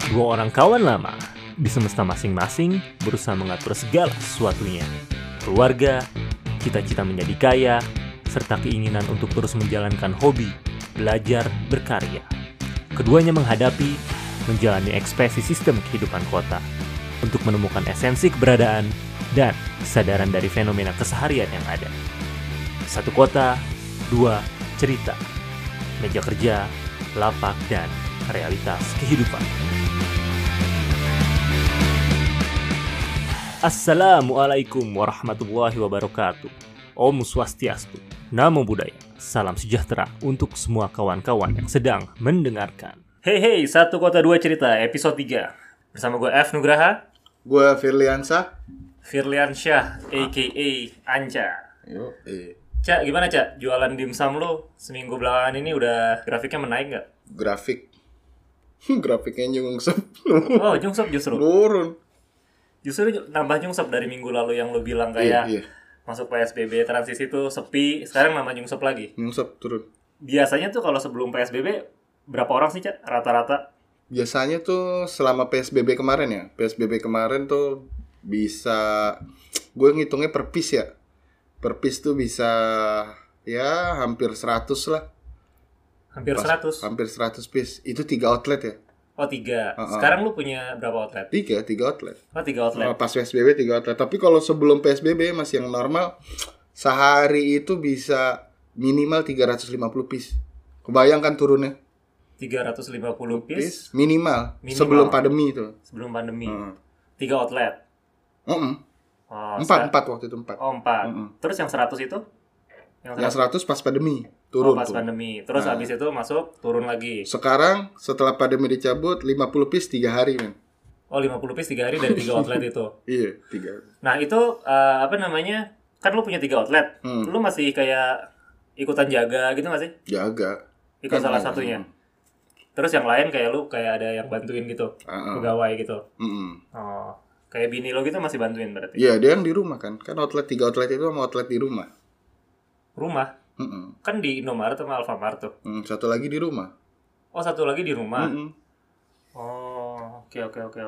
Dua orang kawan lama di semesta masing-masing berusaha mengatur segala sesuatunya. Keluarga, cita-cita menjadi kaya, serta keinginan untuk terus menjalankan hobi, belajar, berkarya. Keduanya menghadapi, menjalani ekspresi sistem kehidupan kota untuk menemukan esensi keberadaan dan kesadaran dari fenomena keseharian yang ada. Satu kota, dua cerita, meja kerja, lapak, dan realitas kehidupan. Assalamualaikum warahmatullahi wabarakatuh. Om Swastiastu, Namo Buddhaya, salam sejahtera untuk semua kawan-kawan yang sedang mendengarkan. Hey, satu kota dua cerita, episode 3. Bersama gue F. Nugraha, gue Firliansyah, a.k.a. Anca. Cak, gimana Cak? Jualan dimsum lo seminggu belakangan ini udah grafiknya menaik nggak? Grafiknya nyungsep. Oh, nyungsep justru? Turun. Justru nambah nyungsep dari minggu lalu yang lo bilang kayak Iya. masuk PSBB transisi tuh sepi, sekarang nambah nyungsep lagi. Nyungsep turun. Biasanya tuh kalau sebelum PSBB berapa orang sih Cak rata-rata? Biasanya tuh selama PSBB kemarin ya. PSBB kemarin tuh bisa, gue ngitungnya per piece ya. Per piece tuh bisa ya hampir 100 lah. Hampir 100? Hampir 100 piece. Itu 3 outlet ya. Oh 3. Sekarang lu punya berapa outlet? 3 outlet. Oh 3 outlet. Pas PSBB 3 outlet. Tapi kalau sebelum PSBB masih yang normal, sehari itu bisa minimal 350 piece. Kebayang kan turunnya? 350 piece minimal. Sebelum pandemi itu. Sebelum pandemi. 3 outlet. Oh, 4 waktu itu 4. Oh 4. Terus yang 100 itu? Yang 100 pas pandemi turun. Pas pandemi. Terus habis itu masuk turun lagi. Sekarang setelah pandemi dicabut 50 piece 3 hari men. Oh 50 piece 3 hari dari 3 outlet itu. Iya 3 hari. Nah itu apa namanya, kan lu punya 3 outlet. Lu masih kayak ikutan jaga gitu gak sih? Jaga. Ikut salah satunya. Terus yang lain kayak lu kayak ada yang bantuin gitu, pegawai gitu. Oh, kayak bini lo gitu masih bantuin berarti? Iya, dia yang di rumah kan. Kan outlet 3 outlet itu sama outlet di rumah. Rumah? Kan di Indomaret sama Alfamart tuh. Satu lagi di rumah. Oh, satu lagi di rumah. Oh, oke.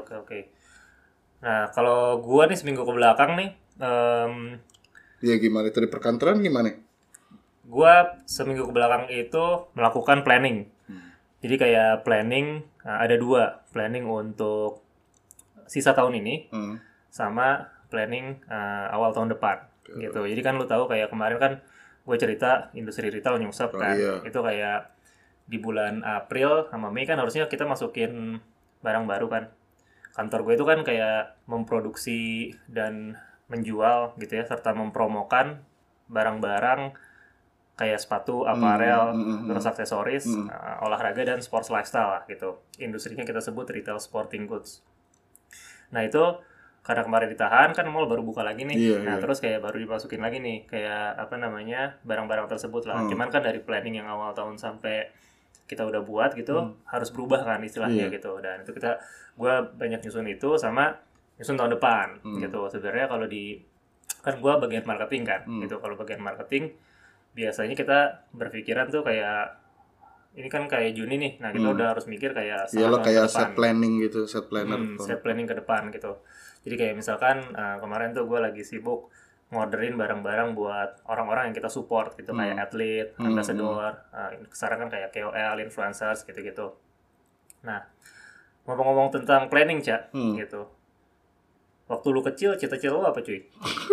Nah, kalau gua nih seminggu ke belakang nih, ya gimana itu di perkantoran gimana? Gua seminggu ke belakang itu melakukan planning. Jadi kayak planning, ada 2, planning untuk sisa tahun ini sama planning awal tahun depan gitu. Jadi kan lu tahu kayak kemarin kan gue cerita industri retail nyungsep kan. Iya. Itu kayak di bulan April sama Mei kan harusnya kita masukin barang baru kan. Kantor gue itu kan kayak memproduksi dan menjual gitu ya, serta mempromokan barang-barang kayak sepatu, aparel, terus aksesoris, olahraga dan sports lifestyle lah gitu. Industrinya kita sebut retail sporting goods. Nah itu karena kemarin ditahan kan mall baru buka lagi nih. Terus kayak baru dimasukin lagi nih kayak apa namanya barang-barang tersebut lah. Cuman kan dari planning yang awal tahun sampai kita udah buat gitu harus berubah kan istilahnya gitu. Dan itu gue banyak nyusun itu sama nyusun tahun depan gitu. Sebenarnya kalau kan gue bagian marketing kan gitu. Kalau bagian marketing biasanya kita berpikiran tuh kayak ini kan kayak Juni nih, nah kita udah harus mikir kayak kayak set planning gitu, set planner. Set planning ke depan gitu. Jadi kayak misalkan kemarin tuh gue lagi sibuk ngorderin barang-barang buat orang-orang yang kita support gitu, kayak atlet, ambassador, sekarang kan kayak KOL, influencers gitu-gitu. Nah, ngomong-ngomong tentang planning Cak, gitu. Waktu lu kecil, cita-cita lu apa cuy?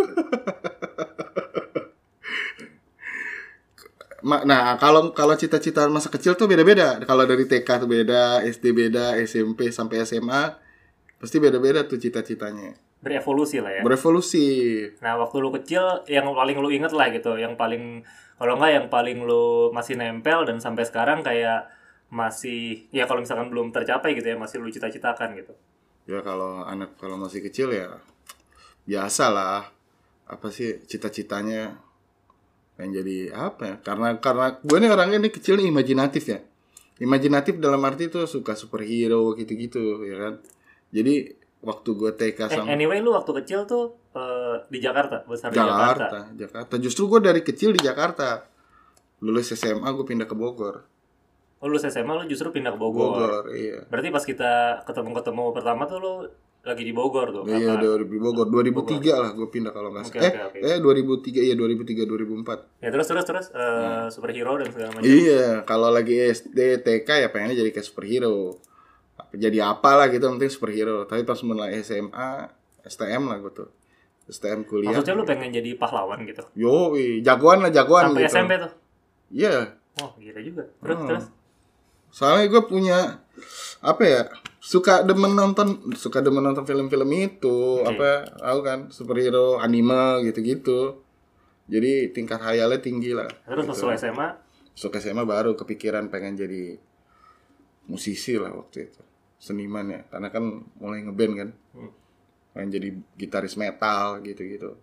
Nah, kalau cita-cita masa kecil tuh beda-beda. Kalau dari TK tuh beda, SD beda, SMP sampai SMA pasti beda-beda tuh cita-citanya. Berevolusi lah ya. Berevolusi. Nah, waktu lu kecil yang paling lu inget lah gitu, yang paling kalau enggak yang paling lu masih nempel dan sampai sekarang kayak masih ya kalau misalkan belum tercapai gitu ya, masih lu cita-citakan gitu. Ya kalau masih kecil ya biasa lah. Apa sih cita-citanya? Yang jadi apa ya? Karena gue nih orangnya nih kecil nih imajinatif ya. Imajinatif dalam arti tuh suka superhero gitu-gitu ya kan. Jadi waktu gue TK sama anyway lu waktu kecil tuh di Jakarta, besar di Jakarta. Justru gue dari kecil di Jakarta. Lulus SMA gue pindah ke Bogor. Oh, lulus SMA lu justru pindah ke Bogor. Bogor, iya. Berarti pas kita ketemu pertama tuh lu lagi di Bogor tuh. Iya, Apa? di Bogor 2003 lah gue pindah kalau nggak Oke, salah. oke. 2003 iya 2003 2004. Ya terus superhero dan segala macam. Iya, kalau lagi SD TK ya pengennya jadi kayak superhero. Jadi apalah gitu, yang penting superhero. Tapi pas mulai SMA, STM lah gue tuh. STM kuliah. Maksudnya lu pengen jadi pahlawan gitu. Yoi, jagoan lah, jagoan Sampai gitu. SMP tuh. Iya. Oh, gila juga. Terus. Soalnya gue punya apa ya? Suka demen nonton film-film itu, apa? Tahu kan, superhero, anime gitu-gitu. Jadi tingkat khayalnya tinggi lah. Terus gitu. masuk SMA. Masuk SMA baru kepikiran pengen jadi musisi lah waktu itu. Seniman ya, karena kan mulai ngeband kan. Pengen jadi gitaris metal gitu-gitu.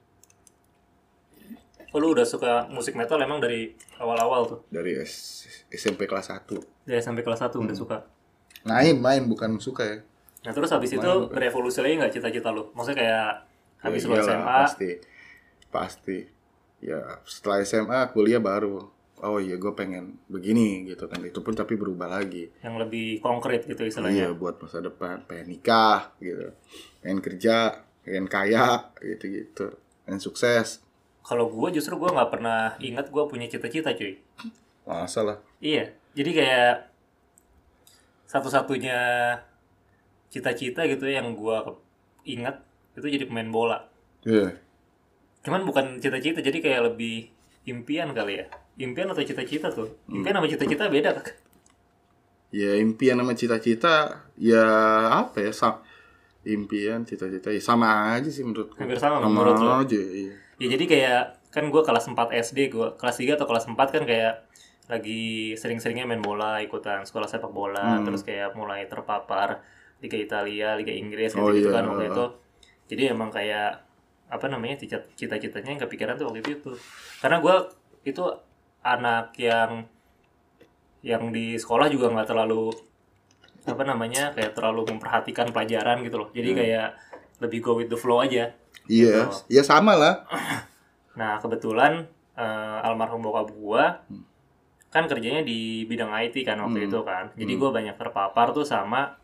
Oh, lu udah suka musik metal emang dari awal-awal tuh? Dari SMP kelas 1. Dari sampai kelas 1 udah suka? Main bukan suka ya. Nah terus habis itu berevolusi lagi nggak cita-cita lu? Maksudnya kayak habis lu iyalah, SMA? Pasti. Ya setelah SMA kuliah baru. Oh iya gue pengen begini gitu kan. Itu pun tapi berubah lagi. Yang lebih konkret gitu Iya istilahnya. buat masa depan. Pengen nikah gitu. Pengen kerja. Pengen kaya gitu-gitu. Pengen sukses. Kalau gue justru gue nggak pernah ingat gue punya cita-cita cuy. Masa lah. Iya, jadi kayak satu-satunya cita-cita gitu yang gue ingat itu jadi pemain bola. Iya. Cuman bukan cita-cita, jadi kayak lebih impian kali ya. Impian atau cita-cita tuh? Impian sama cita-cita beda kan? Ya impian sama cita-cita ya apa ya? Impian, cita-cita ya sama aja sih menurutku. Hampir sama menurut lo? Aja, iya. Ya jadi kayak kan gue kelas 4 SD, gue kelas 3 atau kelas 4 kan kayak lagi sering-seringnya main bola, ikutan sekolah sepak bola, terus kayak mulai terpapar Liga Italia, Liga Inggris gitu-gitu kan waktu itu. Jadi emang kayak apa namanya cita-citanya yang kepikiran tuh waktu itu. Karena gue itu anak yang di sekolah juga nggak terlalu apa namanya kayak terlalu memperhatikan pelajaran gitu loh. Jadi kayak lebih go with the flow aja. Iya, ya sama lah. Nah kebetulan almarhum bokap gua kan kerjanya di bidang IT kan waktu itu kan. Jadi gua banyak terpapar tuh sama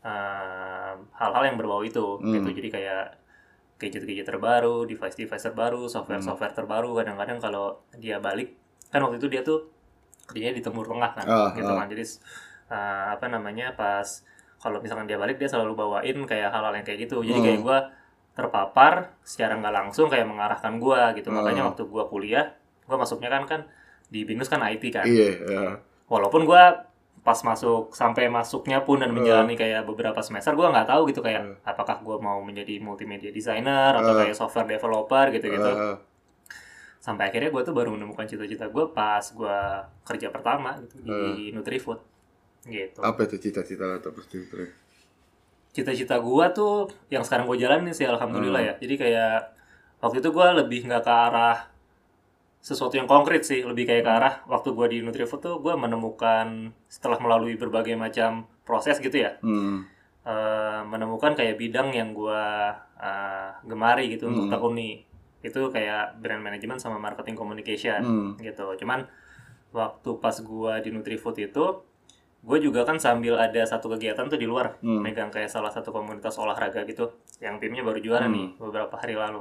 hal-hal yang berbau itu gitu. Jadi kayak gadget-gadget terbaru, device-device terbaru, software-software terbaru. Kadang-kadang kalau dia balik kan waktu itu dia tuh kerjanya di Timur Tengah kan gitu kan. Jadi apa namanya pas kalau misalkan dia balik dia selalu bawain kayak hal-hal yang kayak gitu. Jadi kayak gua terpapar secara nggak langsung kayak mengarahkan gue gitu. Makanya waktu gue kuliah gue masuknya kan di BINUS kan IT kan. Iya. Walaupun gue pas sampai masuknya pun dan menjalani kayak beberapa semester gue nggak tahu gitu kayak apakah gue mau menjadi multimedia designer atau kayak software developer gitu. Sampai akhirnya gue tuh baru menemukan cita-cita gue pas gue kerja pertama gitu di Nutrifood gitu. Apa itu cita-cita atau Cita-cita gue tuh yang sekarang gue jalanin sih alhamdulillah ya. Jadi kayak waktu itu gue lebih nggak ke arah sesuatu yang konkret sih, lebih kayak ke arah waktu gue di Nutrifood tuh gue menemukan setelah melalui berbagai macam proses gitu ya, menemukan kayak bidang yang gue gemari gitu untuk tekuni. Itu kayak brand management sama marketing communication gitu. Cuman waktu pas gue di Nutrifood itu gue juga kan sambil ada satu kegiatan tuh di luar megang kayak salah satu komunitas olahraga gitu yang timnya baru juara nih beberapa hari lalu.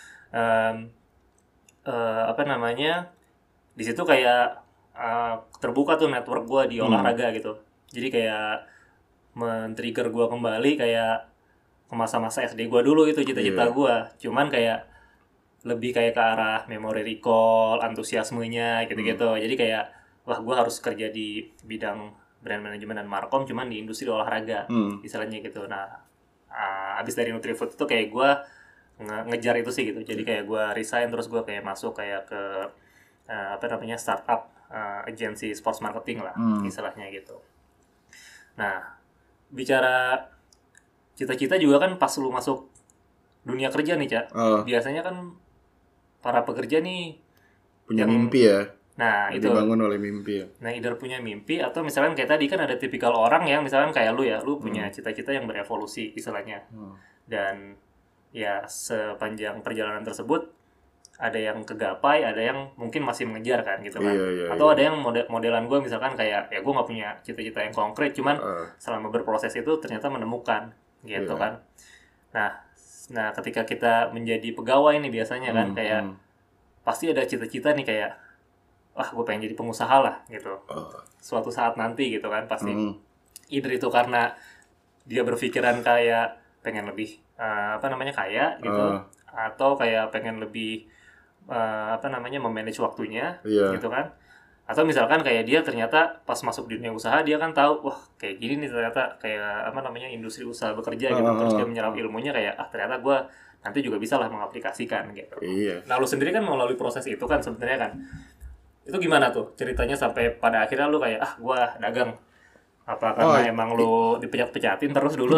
Apa namanya di situ kayak terbuka tuh network gue di olahraga gitu. Jadi kayak men-trigger gue kembali kayak ke masa-masa SD gue dulu gitu cita-cita gue. Cuman kayak lebih kayak ke arah memory recall, antusiasmenya gitu-gitu. Jadi kayak wah gue harus kerja di bidang brand management dan markom cuman di industri olahraga istilahnya gitu. Nah abis dari Nutrifood itu kayak gue ngejar itu sih gitu. Jadi kayak gue resign terus gue kayak masuk kayak ke apa namanya startup agency sports marketing lah istilahnya gitu. Nah bicara cita-cita juga kan pas lu masuk dunia kerja nih Cak, biasanya kan para pekerja nih punya mimpi ya. Nah itu dibangun oleh mimpi ya. Nah either punya mimpi atau misalkan kayak tadi kan ada tipikal orang yang misalkan kayak lu ya, lu punya cita-cita yang berevolusi istilahnya. Dan ya sepanjang perjalanan tersebut ada yang kegapai, ada yang mungkin masih mengejar kan gitu kan. Iya, Atau iya. ada yang modelan gue misalkan kayak ya gue nggak punya cita-cita yang konkret, cuman selama berproses itu ternyata menemukan gitu Iya. kan. Nah ketika kita menjadi pegawai nih biasanya kan kayak pasti ada cita-cita nih kayak gue pengen jadi pengusaha lah gitu. Suatu saat nanti gitu kan pasti. Either itu karena dia berpikiran kayak pengen lebih kaya gitu, atau kayak pengen lebih memanage waktunya gitu kan. Atau misalkan kayak dia ternyata pas masuk di dunia usaha dia kan tahu wah kayak gini nih ternyata kayak industri usaha bekerja gitu. Terus dia menyerap ilmunya kayak ternyata gue nanti juga bisa lah mengaplikasikan gitu. Iya. Nah lu sendiri kan melalui proses itu kan sebenarnya kan. Itu gimana tuh ceritanya sampai pada akhirnya lu kayak gue dagang? Apa karena emang lu dipecat-pecatin terus dulu?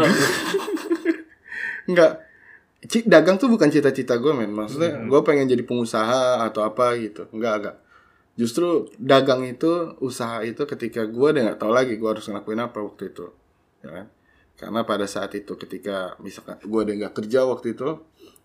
Enggak. Dagang tuh bukan cita-cita gue, men. Maksudnya gue pengen jadi pengusaha atau apa gitu. Enggak. Justru dagang itu, usaha itu ketika gue udah nggak tahu lagi gue harus ngelakuin apa waktu itu, ya kan? Karena pada saat itu ketika misalkan gue udah nggak kerja waktu itu,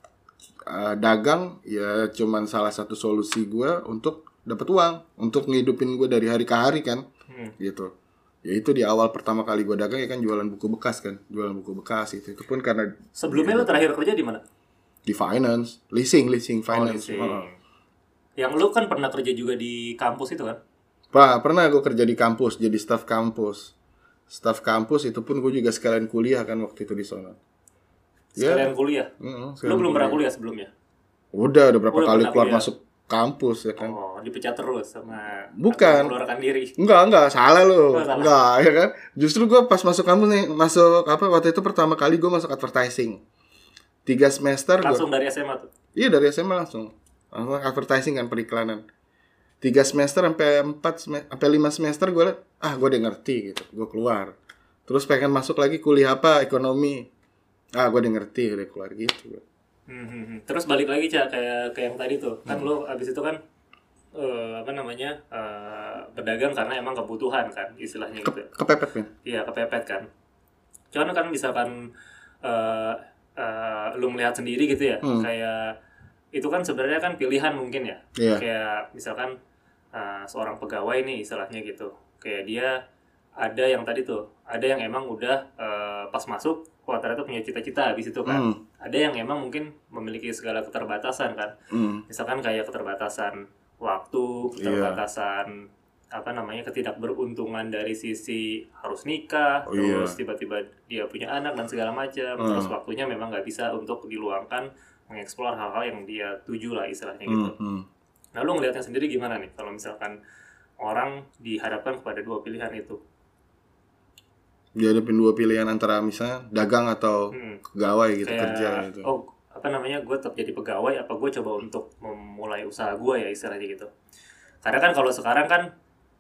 dagang ya cuman salah satu solusi gue untuk dapat uang, untuk ngehidupin gue dari hari ke hari kan, gitu. Ya itu di awal pertama kali gue dagang ya kan jualan buku bekas kan, jualan buku bekas itu pun karena sebelumnya lu terakhir kerja di mana? Di finance, leasing finance. Yang lu kan pernah kerja juga di kampus itu kan? Pernah gue kerja di kampus jadi staf kampus. Staf kampus itu pun gue juga sekalian kuliah kan waktu itu di sana. Sekalian kuliah? Lu belum pernah kuliah sebelumnya? Udah berapa kali keluar masuk kampus ya kan. Dipecat terus sama bukan mengeluarkan diri. Enggak, salah lu. Enggak, ya kan. Justru gue pas masuk kampus nih, waktu itu pertama kali gue masuk advertising. 3 semester langsung dari SMA tuh. Iya, dari SMA langsung advertising kan, periklanan. 3 semester sampai 5 semester gue liat, gue udah ngerti gitu. Gue keluar. Terus pengen masuk lagi kuliah apa? Ekonomi. Gue udah ngerti, udah keluar gitu. Terus balik lagi kayak yang tadi tuh kan lo abis itu kan berdagang karena emang kebutuhan kan istilahnya gitu. Kepepet kan? Iya kepepet kan. Cuman kan misalkan lo melihat sendiri gitu ya kayak itu kan sebenarnya kan pilihan mungkin ya. Kayak misalkan seorang pegawai nih istilahnya gitu. Kayak dia ada yang tadi tuh ada yang emang udah pas masuk ternyata punya cita-cita habis itu kan. Ada yang emang mungkin memiliki segala keterbatasan kan. Misalkan kayak keterbatasan waktu, keterbatasan ketidakberuntungan dari sisi harus nikah, terus tiba-tiba dia punya anak dan segala macam. Terus waktunya memang nggak bisa untuk diluangkan mengeksplor hal-hal yang dia tuju lah istilahnya gitu. Nah lu ngelihatnya sendiri gimana nih kalau misalkan orang dihadapkan kepada dua pilihan itu? Dihadapin dua pilihan antara misalnya dagang atau pegawai gitu, kayak, kerja gitu. Gue tetap jadi pegawai apa gue coba untuk memulai usaha gue ya istilahnya gitu. Karena kan kalau sekarang kan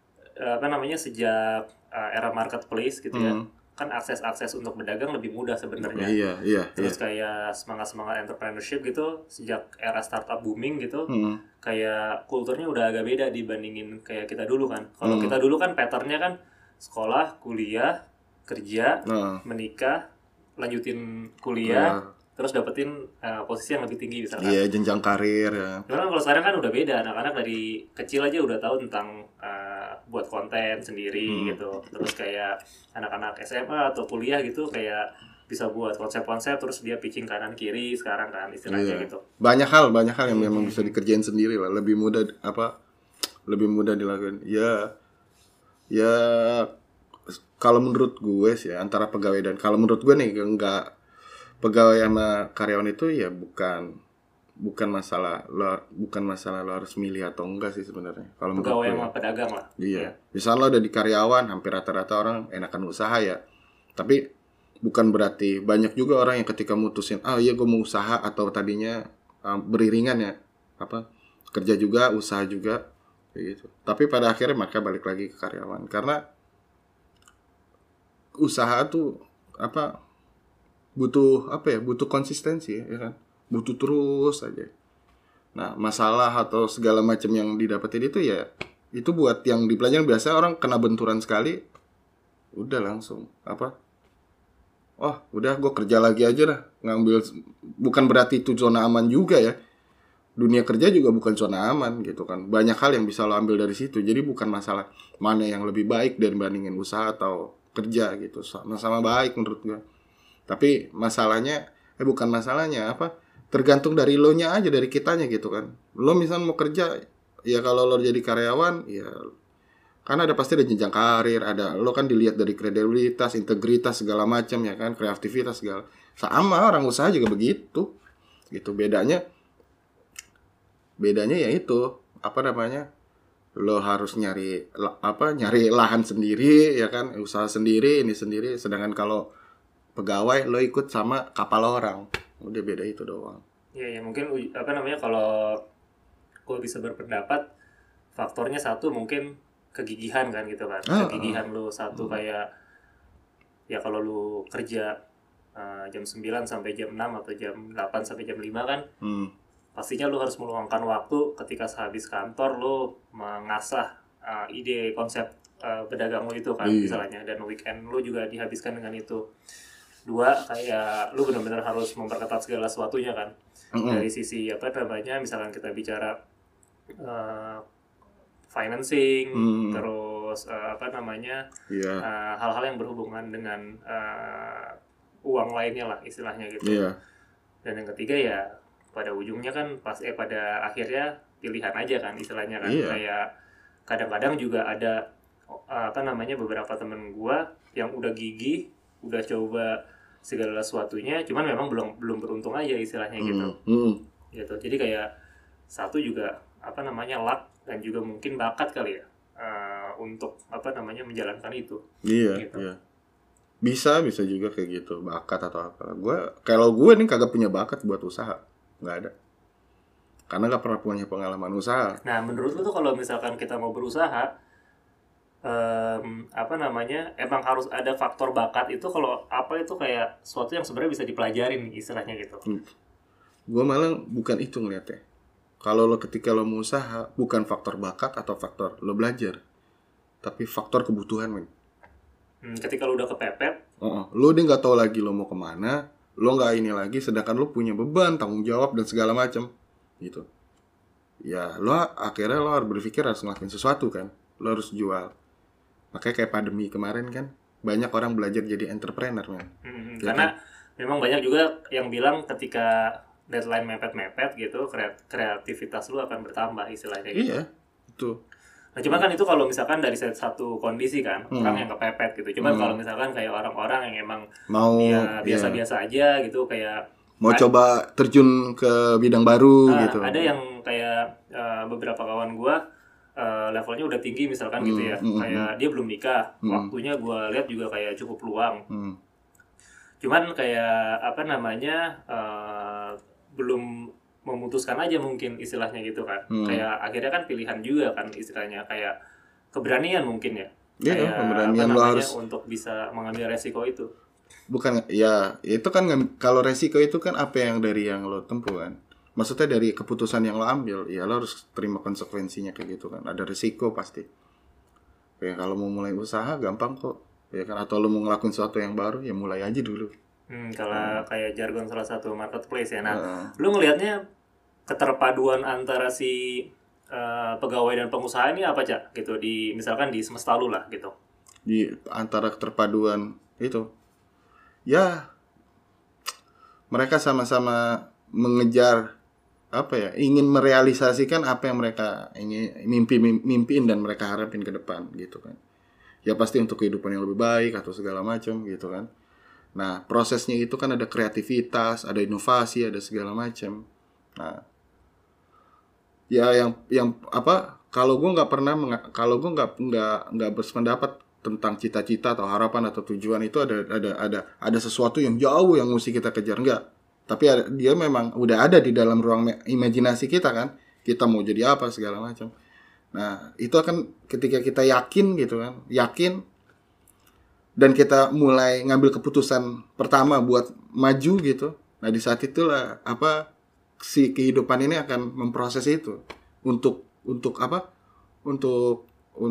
sejak era marketplace gitu ya, kan akses untuk berdagang lebih mudah sebenarnya. Iya. Terus kayak semangat entrepreneurship gitu sejak era startup booming gitu, kayak kulturnya udah agak beda dibandingin kayak kita dulu kan. Kalau kita dulu kan patternnya kan sekolah, kuliah, kerja, menikah, lanjutin kuliah, terus dapetin posisi yang lebih tinggi misalkan. Iya, jenjang karir ya. Cuman kalau sekarang kan udah beda, anak-anak dari kecil aja udah tahu tentang buat konten sendiri gitu. Terus kayak anak-anak SMA atau kuliah gitu kayak bisa buat konsep-konsep terus dia pitching kanan kiri sekarang kan istilahnya gitu. Banyak hal yang memang bisa dikerjain sendiri lah, lebih mudah dilakukan. Ya kalau menurut gue sih antara pegawai dan kalau menurut gue nih enggak pegawai sama karyawan itu ya bukan masalah lo harus milih atau enggak sih sebenarnya. Kalau pegawai sama pedagang lah. Iya. Misalnya lo ada di karyawan, hampir rata-rata orang enakan usaha ya. Tapi bukan berarti banyak juga orang yang ketika mutusin, iya gue mau usaha atau tadinya beriringan ya, kerja juga, usaha juga, kayak gitu. Tapi pada akhirnya mereka balik lagi ke karyawan karena usaha tuh butuh konsistensi ya kan, butuh terus aja. Nah masalah atau segala macam yang didapetin itu ya itu buat yang di pelajaran biasa orang kena benturan sekali udah langsung udah gue kerja lagi aja lah, ngambil, bukan berarti itu zona aman juga ya. dunia kerja juga bukan zona aman gitu kan. Banyak hal yang bisa lo ambil dari situ. Jadi bukan masalah mana yang lebih baik dibandingin usaha atau kerja gitu. Sama-sama baik menurut gue. Tapi masalahnya bukan masalahnya apa? Tergantung dari lo nya aja, dari kitanya gitu kan. Lo misalnya mau kerja, ya kalau lo jadi karyawan, ya karena ada pasti ada jenjang karir, ada lo kan dilihat dari kredibilitas, integritas segala macam ya kan, kreativitas segala. Sama orang usaha juga begitu. Gitu bedanya ya itu apa namanya, lo harus nyari lahan sendiri ya kan, usaha sendiri ini sendiri. Sedangkan kalau pegawai lo ikut sama kapal orang, udah beda itu doang. Ya mungkin apa namanya, kalau gue bisa berpendapat faktornya satu mungkin kegigihan kan gitu kan. Kegigihan lu satu kayak ya kalau lu kerja jam 9 sampai jam 6 atau jam 8 sampai jam 5 kan, pastinya lu harus meluangkan waktu ketika sehabis kantor lu mengasah ide konsep pedagang lu itu kan misalnya, dan weekend lu juga dihabiskan dengan itu. Dua, kayak lu benar-benar harus memperketat segala sesuatunya kan. Dari sisi apa namanya, misalkan kita bicara financing, terus apa namanya, hal-hal yang berhubungan dengan uang lainnya lah istilahnya gitu. Dan yang ketiga ya pada ujungnya kan pada akhirnya pilihan aja kan istilahnya kan. Kayak kadang-kadang juga ada apa namanya, beberapa temen gua yang udah gigih, udah coba segala sesuatunya, cuman memang belum beruntung aja istilahnya gitu. Gitu. Jadi kayak satu juga apa namanya, luck dan juga mungkin bakat kali ya untuk apa namanya menjalankan itu. Gitu. Bisa juga kayak gitu, bakat atau apa. Kalau gue nih kagak punya bakat buat usaha, nggak ada. Karena nggak pernah punya pengalaman usaha. Nah, menurut lu tuh kalau misalkan kita mau berusaha, apa namanya, emang harus ada faktor bakat itu, kalau apa itu kayak sesuatu yang sebenarnya bisa dipelajarin istilahnya gitu. Gue malah bukan itu ngeliatnya. Kalau ketika lo mau usaha, bukan faktor bakat atau faktor lo belajar, tapi faktor kebutuhan, men. Ketika lo udah kepepet, lo udah nggak tahu lagi lo mau kemana, lo nggak ini lagi, sedangkan lo punya beban, tanggung jawab dan segala macam, gitu. Ya lo akhirnya lo harus berpikir, harus ngelakuin sesuatu kan, lo harus jual. Makanya kayak pandemi kemarin kan, banyak orang belajar jadi entrepreneur, man. Karena memang banyak juga yang bilang ketika deadline mepet-mepet gitu, kreativitas lu akan bertambah istilahnya gitu. Iya, itu. Nah, cuman kan itu kalau misalkan dari satu kondisi kan, orang yang kepepet gitu. Cuman kalau misalkan kayak orang-orang yang emang mau ya biasa-biasa aja gitu, kayak mau coba terjun ke bidang baru gitu. Ada yang kayak beberapa kawan gua levelnya udah tinggi misalkan gitu ya, kayak dia belum nikah, waktunya gua lihat juga kayak cukup luang. Cuman kayak apa namanya, belum memutuskan aja mungkin istilahnya gitu kan. Kayak akhirnya kan pilihan juga kan istilahnya, kayak keberanian mungkin ya. Kayak keberanian lo harus untuk bisa mengambil resiko itu. Bukan ya, itu kan kalau resiko itu kan apa yang dari yang lo tempuh kan. Maksudnya dari keputusan yang lo ambil, ya lo harus terima konsekuensinya kayak gitu kan. Ada resiko pasti. Kayak kalau mau mulai usaha gampang kok. Ya kan, atau lo mau ngelakuin sesuatu yang baru, ya mulai aja dulu. Kalau kayak jargon salah satu marketplace ya. Nah, lo ngelihatnya keterpaduan antara si pegawai dan pengusaha ini apa, Cak? Gitu, misalkan di semesta lu lah gitu. Di antara keterpaduan itu, ya mereka sama-sama mengejar apa ya, ingin merealisasikan apa yang mereka ingin mimpiin dan mereka harapin ke depan gitu kan. Ya pasti untuk kehidupan yang lebih baik atau segala macam gitu kan. Nah, prosesnya itu kan ada kreativitas, ada inovasi, ada segala macam. Nah, ya yang apa? Kalau gue nggak berpendapat tentang cita-cita atau harapan atau tujuan itu ada sesuatu yang jauh yang mesti kita kejar, enggak. Tapi dia memang udah ada di dalam ruang imajinasi kita kan. Kita mau jadi apa segala macam. Nah, itu akan ketika kita yakin gitu kan, yakin dan kita mulai ngambil keputusan pertama buat maju gitu. Nah, di saat itulah apa si kehidupan ini akan memproses itu untuk apa? Untuk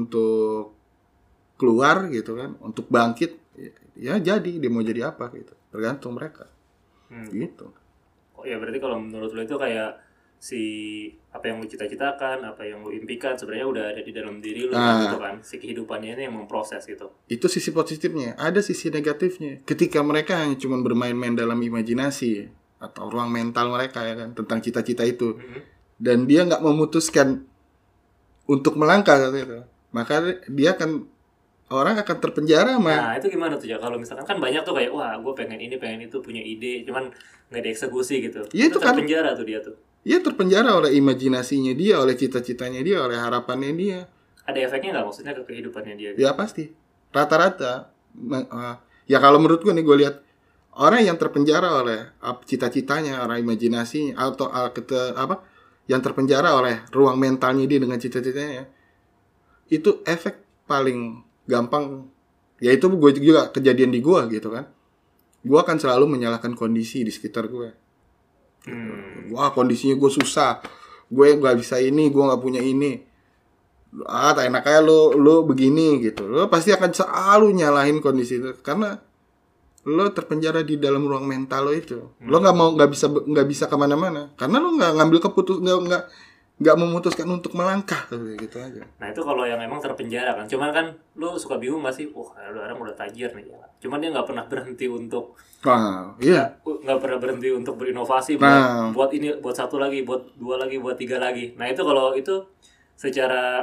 keluar gitu kan, untuk bangkit. Ya jadi dia mau jadi apa gitu. Tergantung mereka. Gitu. Oh ya, berarti kalau menurut lo itu kayak si apa yang lu cita-citakan, apa yang lu impikan sebenarnya udah ada di dalam diri lu gitu kan. Si kehidupannya ini yang memproses gitu. Itu sisi positifnya. Ada sisi negatifnya. Ketika mereka hanya cuma bermain-main dalam imajinasi atau ruang mental mereka ya kan tentang cita-cita itu, dan dia nggak memutuskan untuk melangkah gitu, maka dia orang akan terpenjara mah. Nah itu gimana tuh ya kalau misalkan kan banyak tuh kayak wah gue pengen ini pengen itu punya ide cuman nggak dieksekusi gitu. Ya, itu kan terpenjara tuh dia tuh. Ia terpenjara oleh imajinasinya dia, oleh cita-citanya dia, oleh harapannya dia. Ada efeknya nggak maksudnya ke kehidupannya dia? Ya pasti. Rata-rata. Ya kalau menurut gue nih, gue lihat orang yang terpenjara oleh cita-citanya, oleh imajinasinya, atau yang terpenjara oleh ruang mentalnya dia dengan cita-citanya, itu efek paling gampang. Ya itu gue juga kejadian di gue gitu kan. Gue akan selalu menyalahkan kondisi di sekitar gue. Wah kondisinya gue susah, gue nggak bisa ini, gue nggak punya ini, tak enak aja lo begini gitu. Lo pasti akan selalu nyalahin kondisi itu karena lo terpenjara di dalam ruang mental lo itu. Lo nggak bisa kemana-mana karena lo nggak ngambil nggak memutuskan untuk melangkah gitu aja. Nah itu kalau yang emang terpenjara kan, cuman kan lo suka bingung gak sih, orang udah tajir nih, cuman dia nggak pernah berhenti untuk nggak pernah berhenti untuk berinovasi buat ini, buat satu lagi, buat dua lagi, buat tiga lagi. Nah itu kalau itu secara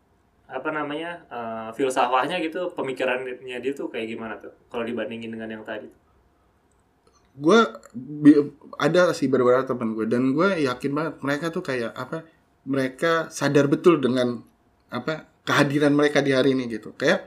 filsafahnya gitu, pemikirannya dia tuh kayak gimana tuh kalau dibandingin dengan yang tadi? Gue ada sih beberapa teman gue dan gue yakin banget mereka tuh kayak mereka sadar betul dengan kehadiran mereka di hari ini gitu. Kayak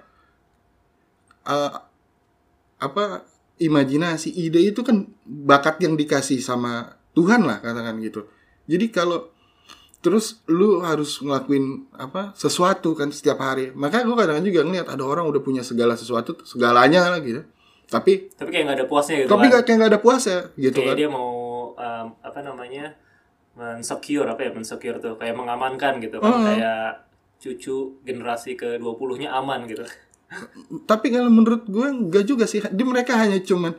imajinasi, ide itu kan bakat yang dikasih sama Tuhan lah katakan gitu. Jadi kalau terus lu harus ngelakuin sesuatu kan setiap hari. Maka gue kadang-kadang juga ngeliat ada orang udah punya segalanya lah gitu. Tapi kayak nggak ada puasnya gitu. Tapi kayak nggak ada puasnya gitu kayak kan. Dia mau mensecure tuh, kayak mengamankan gitu kan, kayak cucu generasi ke-20-nya aman gitu. Tapi kalau menurut gue enggak juga sih. Mereka hanya cuman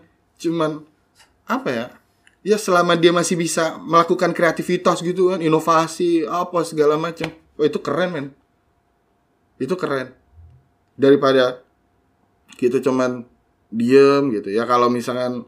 ya selama dia masih bisa melakukan kreativitas gitu kan, inovasi segala macam. Itu keren men. Itu keren. Daripada gitu cuman diem gitu. Ya kalau misalkan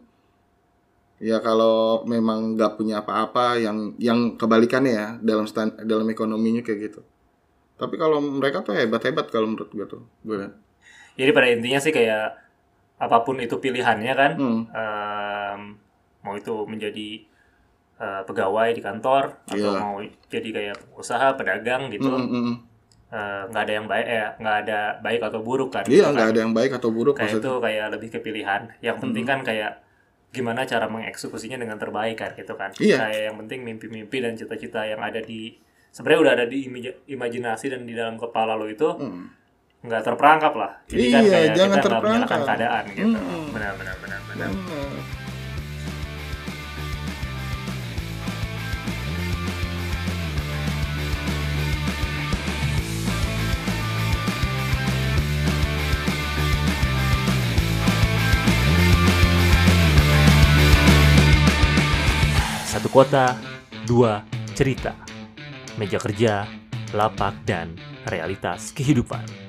kalau memang nggak punya apa-apa yang kebalikannya ya dalam ekonominya kayak gitu. Tapi kalau mereka tuh hebat kalau menurut gue tuh. Jadi pada intinya sih kayak apapun itu pilihannya kan, mau itu menjadi pegawai di kantor atau mau jadi kayak usaha pedagang gitu, nggak ada yang baik nggak ada baik atau buruk kan. Iya nggak ada yang baik atau buruk. Kayak itu kayak lebih ke pilihan. Yang penting kan kayak gimana cara mengeksekusinya dengan terbaik kan gitu kan. Kayak yang penting mimpi-mimpi dan cita-cita yang ada sebenarnya udah ada di imajinasi dan di dalam kepala lo itu nggak terperangkap lah. Jadi kan kayak kita nggak menyalahkan keadaan gitu. Benar. Satu kota, dua cerita. Meja kerja, lapak, dan realitas kehidupan.